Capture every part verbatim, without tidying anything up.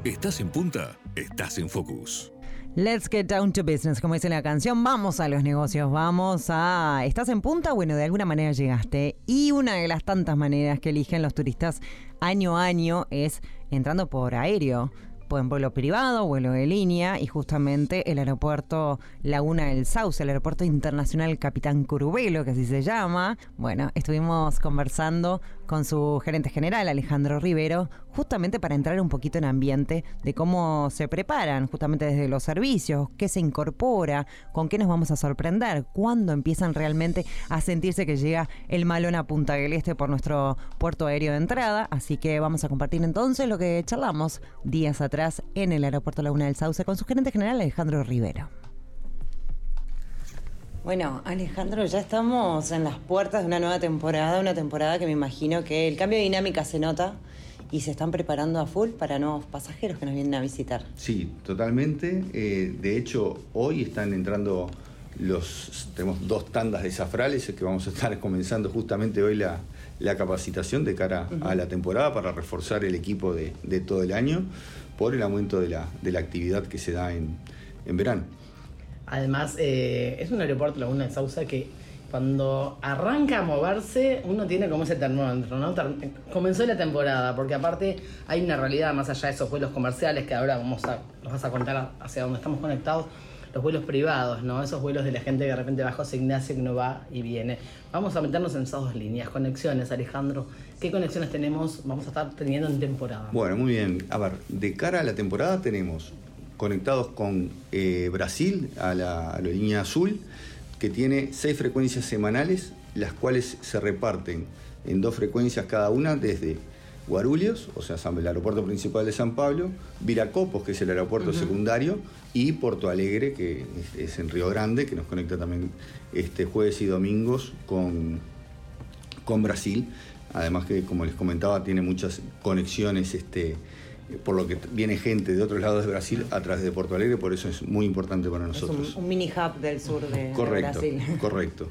Estás en Punta, estás en Focus. Let's get down to business, como dice la canción. Vamos a los negocios, vamos a... ¿Estás en Punta? Bueno, de alguna manera llegaste. Y una de las tantas maneras que eligen los turistas año a año es entrando por aéreo. En vuelo privado, vuelo de línea, y justamente el aeropuerto Laguna del Sauce, el aeropuerto internacional Capitán Curubelo, que así se llama. Bueno, estuvimos conversando con su gerente general, Alejandro Rivero, justamente para entrar un poquito en ambiente de cómo se preparan, justamente desde los servicios, qué se incorpora, con qué nos vamos a sorprender, cuándo empiezan realmente a sentirse que llega el malón a Punta del Este por nuestro puerto aéreo de entrada. Así que vamos a compartir entonces lo que charlamos días atrás en el aeropuerto Laguna del Sauce con su gerente general, Alejandro Rivero. Bueno, Alejandro, ya estamos en las puertas de una nueva temporada, una temporada que me imagino que el cambio de dinámica se nota y se están preparando a full para nuevos pasajeros que nos vienen a visitar. Sí, totalmente. Eh, de hecho, hoy están entrando los... Tenemos dos tandas de zafrales que vamos a estar comenzando justamente hoy la, la capacitación de cara uh-huh. a la temporada para reforzar el equipo de, de todo el año por el aumento de la, de la actividad que se da en, en verano. Además, eh, es un aeropuerto Laguna de Sauce que cuando arranca a moverse, uno tiene como ese termómetro, ¿no? Ter- comenzó la temporada, porque aparte hay una realidad más allá de esos vuelos comerciales que ahora vamos a, nos vas a contar hacia dónde estamos conectados, los vuelos privados, ¿no? Esos vuelos de la gente que de repente bajó a Ignacio, que no va y viene. Vamos a meternos en esas dos líneas, conexiones, Alejandro. ¿Qué conexiones tenemos, vamos a estar teniendo en temporada? Bueno, muy bien. A ver, de cara a la temporada tenemos conectados con eh, Brasil, a la aerolínea Azul, que tiene seis frecuencias semanales, las cuales se reparten en dos frecuencias cada una desde Guarulhos, o sea, el aeropuerto principal de San Pablo, Viracopos, que es el aeropuerto uh-huh. secundario, y Porto Alegre, que es, es en Río Grande, que nos conecta también este jueves y domingos con, con Brasil. Además que, como les comentaba, tiene muchas conexiones, este, por lo que viene gente de otros lados de Brasil a través de Porto Alegre, por eso es muy importante para nosotros. Es un, un mini hub del sur de, correcto, de Brasil. Correcto.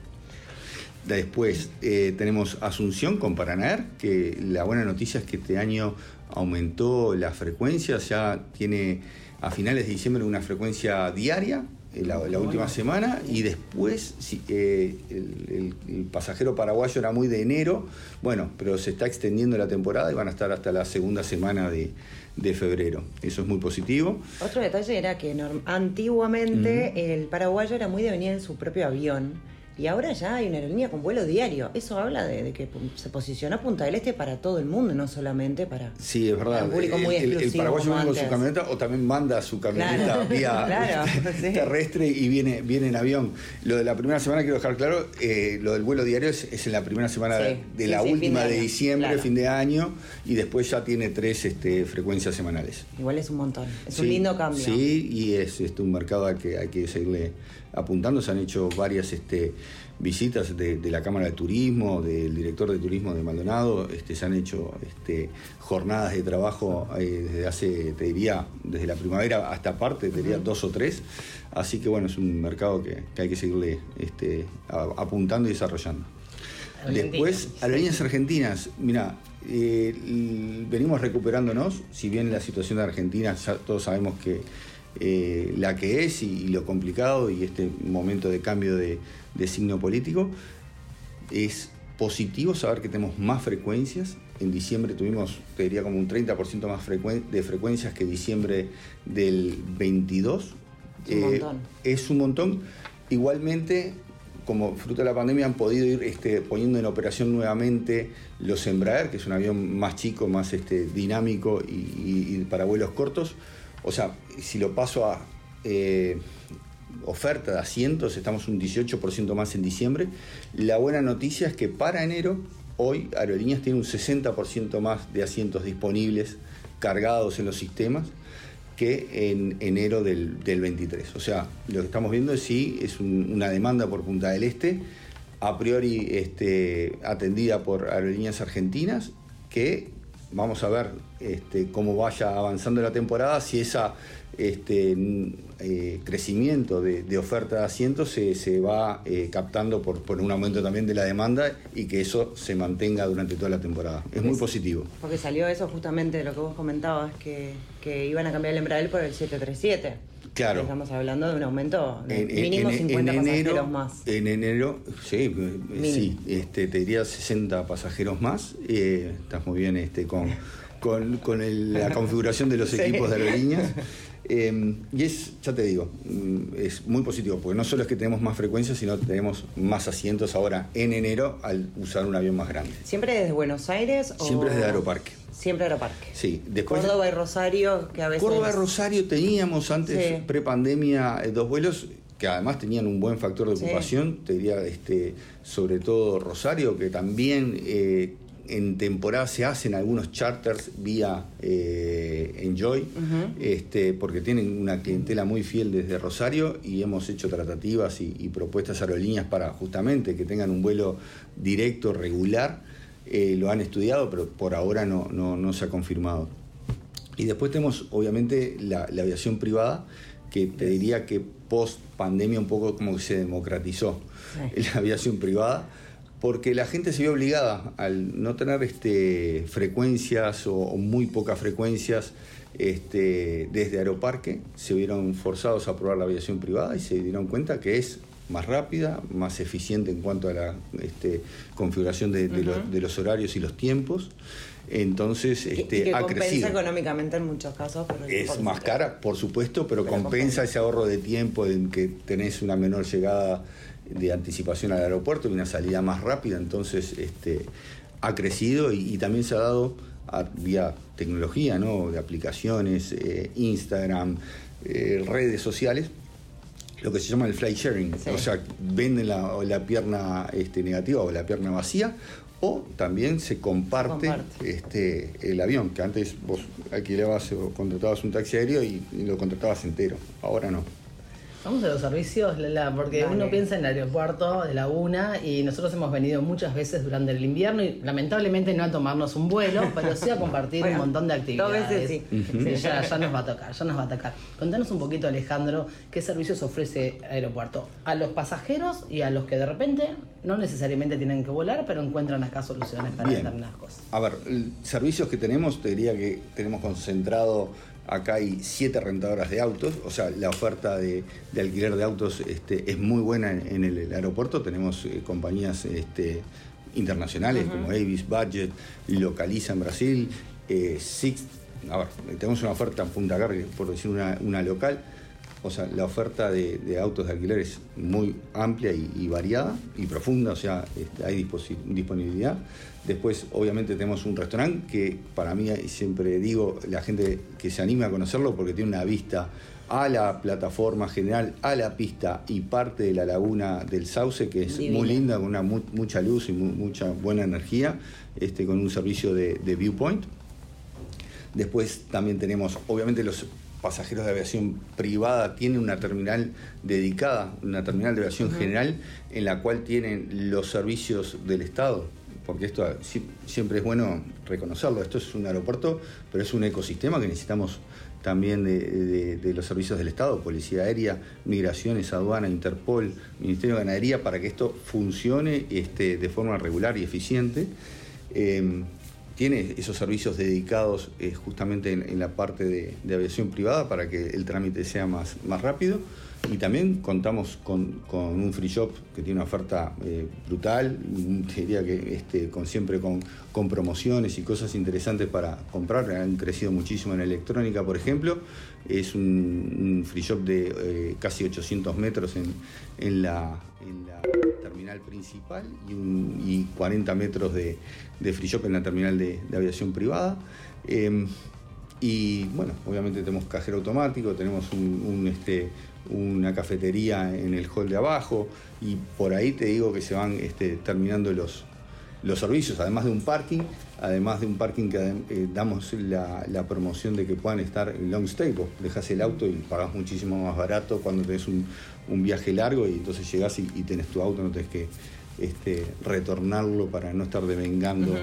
Después eh, tenemos Asunción con Paranair, que la buena noticia es que este año aumentó la frecuencia, ya tiene a finales de diciembre una frecuencia diaria, eh, la, la última semana, y después si, eh, el, el, el pasajero paraguayo era muy de enero, bueno, pero se está extendiendo la temporada y van a estar hasta la segunda semana de, de febrero. Eso es muy positivo. Otro detalle era que norm- antiguamente uh-huh. el paraguayo era muy de venir en su propio avión. Y ahora ya hay una aerolínea con vuelo diario. Eso habla de, de que se posiciona Punta del Este para todo el mundo, no solamente para, sí, es verdad. para un público muy el, exclusivo. El paraguayo viene con su camioneta o también manda su camioneta claro. vía claro, este, sí. terrestre y viene, viene en avión. Lo de la primera semana, quiero dejar claro, eh, lo del vuelo diario es, es en la primera semana sí, de, de sí, la sí, última de, de diciembre, claro. fin de año, y después ya tiene tres este, frecuencias semanales. Igual es un montón, es sí, un lindo cambio. Sí, y es este, un mercado al que hay que seguirle apuntando. Se han hecho varias este, visitas de, de la Cámara de Turismo, del director de turismo de Maldonado, este, se han hecho este, jornadas de trabajo eh, desde hace, te diría, desde la primavera hasta aparte, te diría uh-huh. dos o tres, así que bueno, es un mercado que, que hay que seguirle este, a, apuntando y desarrollando. Argentina. Después, aerolíneas argentinas, mira, eh, venimos recuperándonos, si bien la situación de Argentina ya todos sabemos que Eh, la que es y, y lo complicado y este momento de cambio de, de signo político, es positivo saber que tenemos más frecuencias. En diciembre tuvimos, te diría, como un treinta por ciento más frecuen- de frecuencias que diciembre del veintidós. Es un eh, montón. Es un montón. Igualmente, como fruto de la pandemia, han podido ir este, poniendo en operación nuevamente los Embraer, que es un avión más chico, más este, dinámico y, y, y para vuelos cortos. O sea, si lo paso a eh, oferta de asientos, estamos un dieciocho por ciento más en diciembre. La buena noticia es que para enero, hoy Aerolíneas tiene un sesenta por ciento más de asientos disponibles, cargados en los sistemas, que en enero del, del veintitrés. O sea, lo que estamos viendo es sí, es un, una demanda por Punta del Este, a priori este, atendida por Aerolíneas Argentinas, que... Vamos a ver este, cómo vaya avanzando la temporada, si esa este eh, crecimiento de, de oferta de asientos se, se va eh, captando por, por un aumento también de la demanda y que eso se mantenga durante toda la temporada. Es muy positivo. Porque salió eso justamente de lo que vos comentabas, que, que iban a cambiar el Embraer por el siete treinta y siete. Claro. Estamos hablando de un aumento de en, mínimo en, cincuenta en enero, pasajeros más. En enero, sí, sí este, te diría sesenta pasajeros más. Eh, estás muy bien este, con, con, con el, la configuración de los sí. equipos de aerolíneas. Eh, y es, ya te digo, es muy positivo, porque no solo es que tenemos más frecuencias, sino que tenemos más asientos ahora en enero al usar un avión más grande. ¿Siempre desde Buenos Aires? O... Siempre desde Aeroparque. Siempre Aeroparque. Sí. Después, Córdoba y Rosario, que a veces... Córdoba y Rosario teníamos antes, sí. pre-pandemia, dos vuelos que además tenían un buen factor de ocupación. Sí. Te diría, este, sobre todo Rosario, que también... Eh, en temporada se hacen algunos charters vía eh, Enjoy, uh-huh. este, porque tienen una clientela muy fiel desde Rosario y hemos hecho tratativas y, y propuestas a aerolíneas para justamente que tengan un vuelo directo, regular. Eh, lo han estudiado, pero por ahora no, no, no se ha confirmado. Y después tenemos obviamente la, la aviación privada, que te diría que post pandemia un poco como que se democratizó sí. la aviación privada, porque la gente se vio obligada al no tener este, frecuencias o, o muy pocas frecuencias este, desde Aeroparque, se vieron forzados a probar la aviación privada y se dieron cuenta que es más rápida, más eficiente en cuanto a la este, configuración de, de, uh-huh. los, de los horarios y los tiempos. Entonces este, y que ha compensa crecido. Económicamente en muchos casos. Pero es más cara, por supuesto, pero, pero compensa, compensa ese ahorro de tiempo en que tenés una menor llegada de anticipación al aeropuerto y una salida más rápida. Entonces este, ha crecido y, y también se ha dado a, vía tecnología, ¿no? De aplicaciones, eh, Instagram, eh, redes sociales, lo que se llama el flight sharing. Sí. O sea, venden la, la pierna este, negativa o la pierna vacía, o también se comparte, comparte. Este, el avión, que antes vos alquilabas o contratabas un taxi aéreo y, y lo contratabas entero, ahora no. Vamos a los servicios, Lela, porque Dale. uno piensa en el aeropuerto de Laguna y nosotros hemos venido muchas veces durante el invierno y lamentablemente no a tomarnos un vuelo, pero sí a compartir bueno, un montón de actividades. Dos veces sí. Uh-huh. sí ya, ya nos va a tocar, ya nos va a tocar. Contanos un poquito, Alejandro, qué servicios ofrece Aeropuerto a los pasajeros y a los que de repente no necesariamente tienen que volar, pero encuentran acá soluciones para Bien. determinadas cosas. A ver, servicios que tenemos, te diría que tenemos concentrado. Acá hay siete rentadoras de autos, o sea, la oferta de, de alquiler de autos este, es muy buena en, en el, el aeropuerto. Tenemos eh, compañías este, internacionales uh-huh. como Avis, Budget, Localiza en Brasil, eh, Sixt. A ver, tenemos una oferta en Punta Carga, por decir una, una local. O sea, la oferta de, de autos de alquiler es muy amplia y, y variada y profunda, o sea, este, hay disposi- disponibilidad. Después, obviamente, tenemos un restaurante que para mí, siempre digo, la gente que se anime a conocerlo porque tiene una vista a la plataforma general, a la pista y parte de la laguna del Sauce, que es Divina. Muy linda, con una mu- mucha luz y mu- mucha buena energía, este, con un servicio de, de Viewpoint. Después también tenemos, obviamente, los pasajeros de aviación privada tienen una terminal dedicada, una terminal de aviación uh-huh. general, en la cual tienen los servicios del Estado, porque esto siempre es bueno reconocerlo, esto es un aeropuerto, pero es un ecosistema que necesitamos también de, de, de los servicios del Estado, Policía Aérea, Migraciones, Aduana, Interpol, Ministerio de Ganadería, para que esto funcione este, de forma regular y eficiente. Eh, Tiene esos servicios dedicados eh, justamente en, en la parte de, de aviación privada para que el trámite sea más, más rápido. Y también contamos con, con un free shop que tiene una oferta eh, brutal, te diría que este, con, siempre con, con promociones y cosas interesantes para comprar. Han crecido muchísimo en electrónica, por ejemplo. Es un, un free shop de eh, casi ochocientos metros en, en, la, en la terminal principal y, un, y cuarenta metros de, de free shop en la terminal de, de aviación privada. Eh, y bueno, obviamente tenemos cajero automático, tenemos un, un este, una cafetería en el hall de abajo y por ahí te digo que se van este, terminando los, los servicios, además de un parking, además de un parking que eh, damos la, la promoción de que puedan estar en long stay. Vos dejás el auto y pagás muchísimo más barato cuando tenés un, un viaje largo y entonces llegás y, y tenés tu auto, no tenés que este, retornarlo para no estar devengando uh-huh.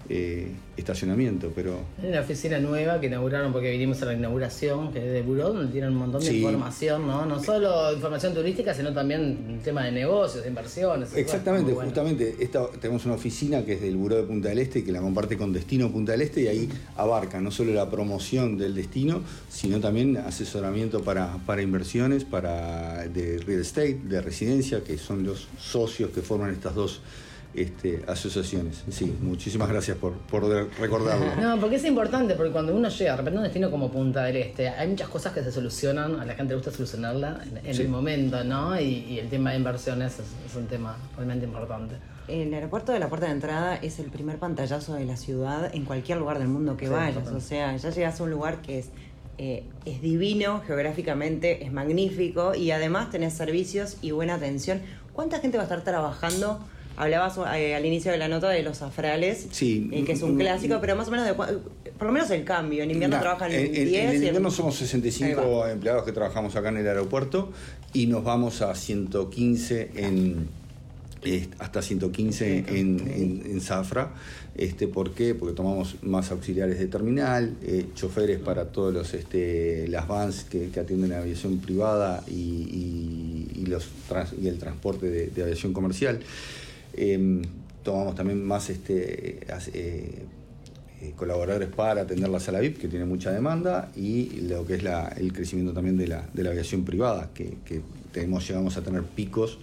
eh, estacionamiento, pero... En la oficina nueva que inauguraron, porque vinimos a la inauguración, que es de Buró, donde tienen un montón de Sí. información, ¿no? No solo información turística, sino también tema de negocios, de inversiones. Exactamente, Muy bueno. justamente esta, tenemos una oficina que es del Buró de Punta del Este, que la comparte con Destino Punta del Este, y ahí abarca no solo la promoción del destino, sino también asesoramiento para, para inversiones, para de real estate, de residencia, que son los socios que forman estas dos Este, asociaciones. Sí, muchísimas gracias por, por recordarlo. No, porque es importante, porque cuando uno llega de repente a un destino como Punta del Este, hay muchas cosas que se solucionan, a la gente le gusta solucionarla en, en Sí. el momento, ¿no? Y, y el tema de inversiones es, es un tema realmente importante. El aeropuerto de la puerta de entrada es el primer pantallazo de la ciudad en cualquier lugar del mundo que Sí, vayas. totalmente. O sea, ya llegas a un lugar que es, eh, es divino, geográficamente es magnífico y además tenés servicios y buena atención. ¿Cuánta gente va a estar trabajando? Hablabas eh, al inicio de la nota de los afrales, Sí. eh, que es un clásico, pero más o menos de cua- por lo menos el cambio. En invierno Nah, trabajan en, en- diez en el y invierno somos sesenta y Ahí cinco va. empleados que trabajamos acá en el aeropuerto y nos vamos a ciento quince en eh, hasta ciento quince en, en, en Zafra. Este, ¿Por qué? Porque tomamos más auxiliares de terminal, eh, choferes para todos los este, las vans que, que atienden a aviación privada y, y, y los trans, y el transporte de, de aviación comercial. Eh, tomamos también más este, eh, eh, colaboradores para atender la sala V I P, que tiene mucha demanda, y lo que es la, el crecimiento también de la, de la aviación privada, que, que tenemos, llegamos a tener picos,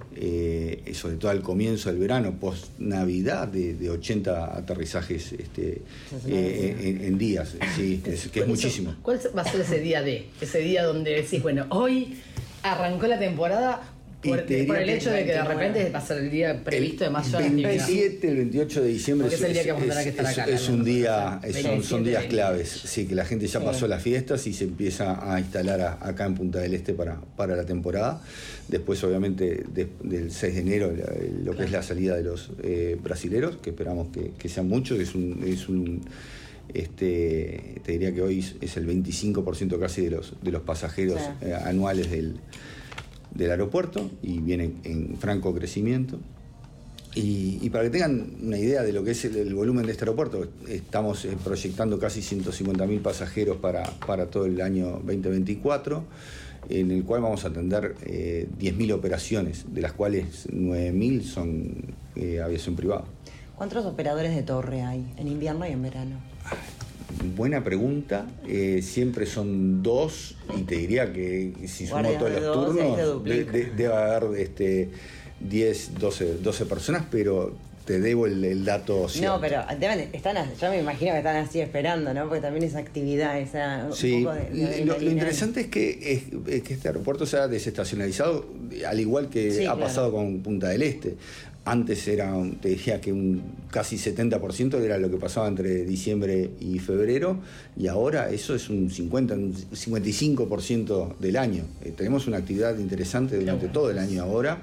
eh, sobre todo al comienzo del verano, post-Navidad, de, de ochenta aterrizajes este, eh, en, en días, sí, es, que es Por eso, muchísimo. ¿cuál va a ser ese día D? Ese día donde decís, bueno, hoy arrancó la temporada por, Y te diría por el que hecho de que de veintinueve. repente va a ser el día previsto de mayo de El actividad. veintisiete, el veintiocho de diciembre Porque es el día que vamos a tener que estar es- acá, es la un verdad. día, es- son, son veintisiete, días veinte. claves, sí, que la gente ya Sí. pasó las fiestas y se empieza a instalar a- acá en Punta del Este para, para la temporada. Después, obviamente, de- del seis de enero, la- lo que es la salida de los eh, brasileros, que esperamos que, que sean muchos, es un, es un este, te diría que hoy es el veinticinco por ciento casi de los, de los pasajeros Sí. eh, anuales del, del aeropuerto, y viene en franco crecimiento. Y, y para que tengan una idea de lo que es el, el volumen de este aeropuerto, estamos eh, proyectando casi ciento cincuenta mil pasajeros para, para todo el año veinte veinticuatro, en el cual vamos a atender eh, diez mil operaciones, de las cuales nueve mil son eh, aviación privada. ¿Cuántos operadores de torre hay en invierno y en verano? Buena pregunta, eh, siempre son dos, y te diría que si sumo Guardias todos de los dos, ahí se turnos, de- duplica. de- debe haber este, diez, doce, doce personas, pero te debo el, el dato cierto. No, pero deben, están, as- yo me imagino que están así esperando, ¿no? Porque también esa actividad, esa un Sí, poco de- de lo- lo, adrenalina. interesante es que, es, es que este aeropuerto se ha desestacionalizado, al igual que Sí, ha claro. pasado con Punta del Este. Antes era, un- te diría que un casi setenta por ciento era lo que pasaba entre diciembre y febrero, y ahora eso es un cincuenta, un cincuenta y cinco por ciento del año. Eh, tenemos una actividad interesante durante todo el año ahora,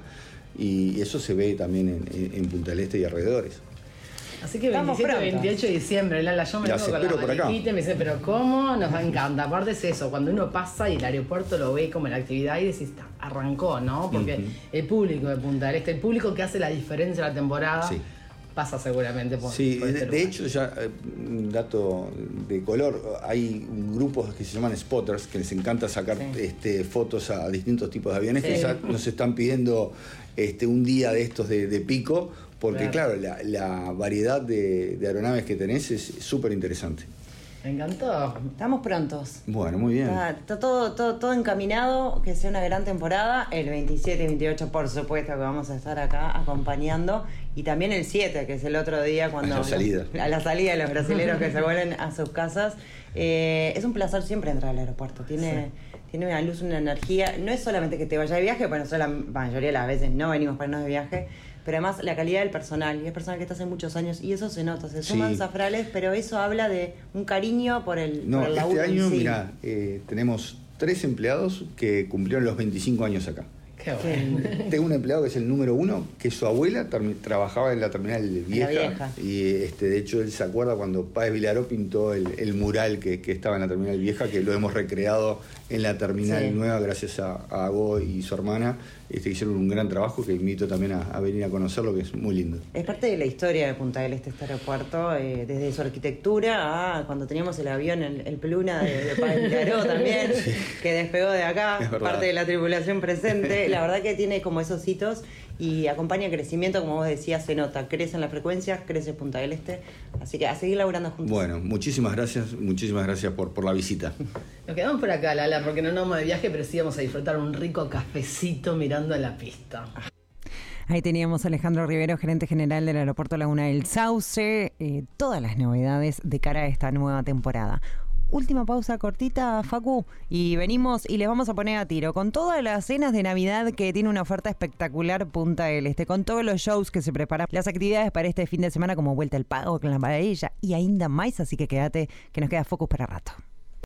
y eso se ve también en, en- en Punta del Este y alrededores. Así que Estamos veintisiete, prontos. veintiocho de diciembre, Lala, yo me Las vengo con espero la por acá. manijita y me dice, pero ¿cómo? Nos encanta. Aparte es eso, cuando uno pasa y el aeropuerto lo ve como la actividad y decís, "Ta, arrancó, ¿no?" Porque Ujú. el público de Punta del Este, el público que hace la diferencia en la temporada, Sí. pasa seguramente por, Sí, por este de, de lugar. hecho ya, eh, un dato de color, hay grupos que se llaman spotters, que les encanta sacar Sí. este, fotos a distintos tipos de aviones, que Sí. ya nos están pidiendo este, un día de estos de, de pico, porque Claro. claro, la, la variedad de, de aeronaves que tenés es súper interesante. Me encantó. Estamos prontos. Bueno, muy bien. Está, está todo, todo, todo encaminado, que sea una gran temporada. El veintisiete y veintiocho, por supuesto, que vamos a estar acá acompañando. Y también el siete, que es el otro día cuando... A la salida. A la salida de los brasileños que se vuelven a sus casas. Eh, es un placer siempre entrar al aeropuerto. Tiene, tiene una luz, una energía. No es solamente que te vayas de viaje, bueno, nosotros la mayoría de las veces no venimos para irnos de viaje, pero además la calidad del personal, y es personal que está hace muchos años, y eso se nota, se suman Sí. zafrales, pero eso habla de un cariño por el, No, por el laburo este en año, sí. mirá, eh, tenemos tres empleados que cumplieron los veinticinco años acá. Qué bueno. Tengo un empleado que es el número uno, que su abuela trabajaba en la terminal vieja. La vieja. Y este, de hecho él se acuerda cuando Páez Vilaró pintó el, el mural que, que estaba en la terminal vieja, que lo hemos recreado en la terminal Sí. nueva gracias a, a Go y su hermana. Este, hicieron un gran trabajo que invito también a, a venir a conocerlo, que es muy lindo. Es parte de la historia de Punta del Este este aeropuerto, eh, desde su arquitectura a cuando teníamos el avión, el, el Pluna de, de Páez Vilaró también, sí. que despegó de acá, parte de la tripulación presente. La verdad que tiene como esos hitos y acompaña el crecimiento, como vos decías, se nota, crecen las frecuencias, crece Punta del Este, así que a seguir laburando juntos. Bueno, muchísimas gracias, muchísimas gracias por, por la visita. Nos quedamos por acá, Lala, porque no nos vamos de viaje, pero sí vamos a disfrutar un rico cafecito mirando a la pista. Ahí teníamos a Alejandro Rivero, gerente general del Aeropuerto Laguna del Sauce, eh, todas las novedades de cara a esta nueva temporada. Última pausa cortita, Facu, y venimos y les vamos a poner a tiro con todas las cenas de Navidad que tiene una oferta espectacular Punta del Este, con todos los shows que se preparan, las actividades para este fin de semana como Vuelta al Pago con la Paella y ainda más, así que quédate que nos queda Focus para rato.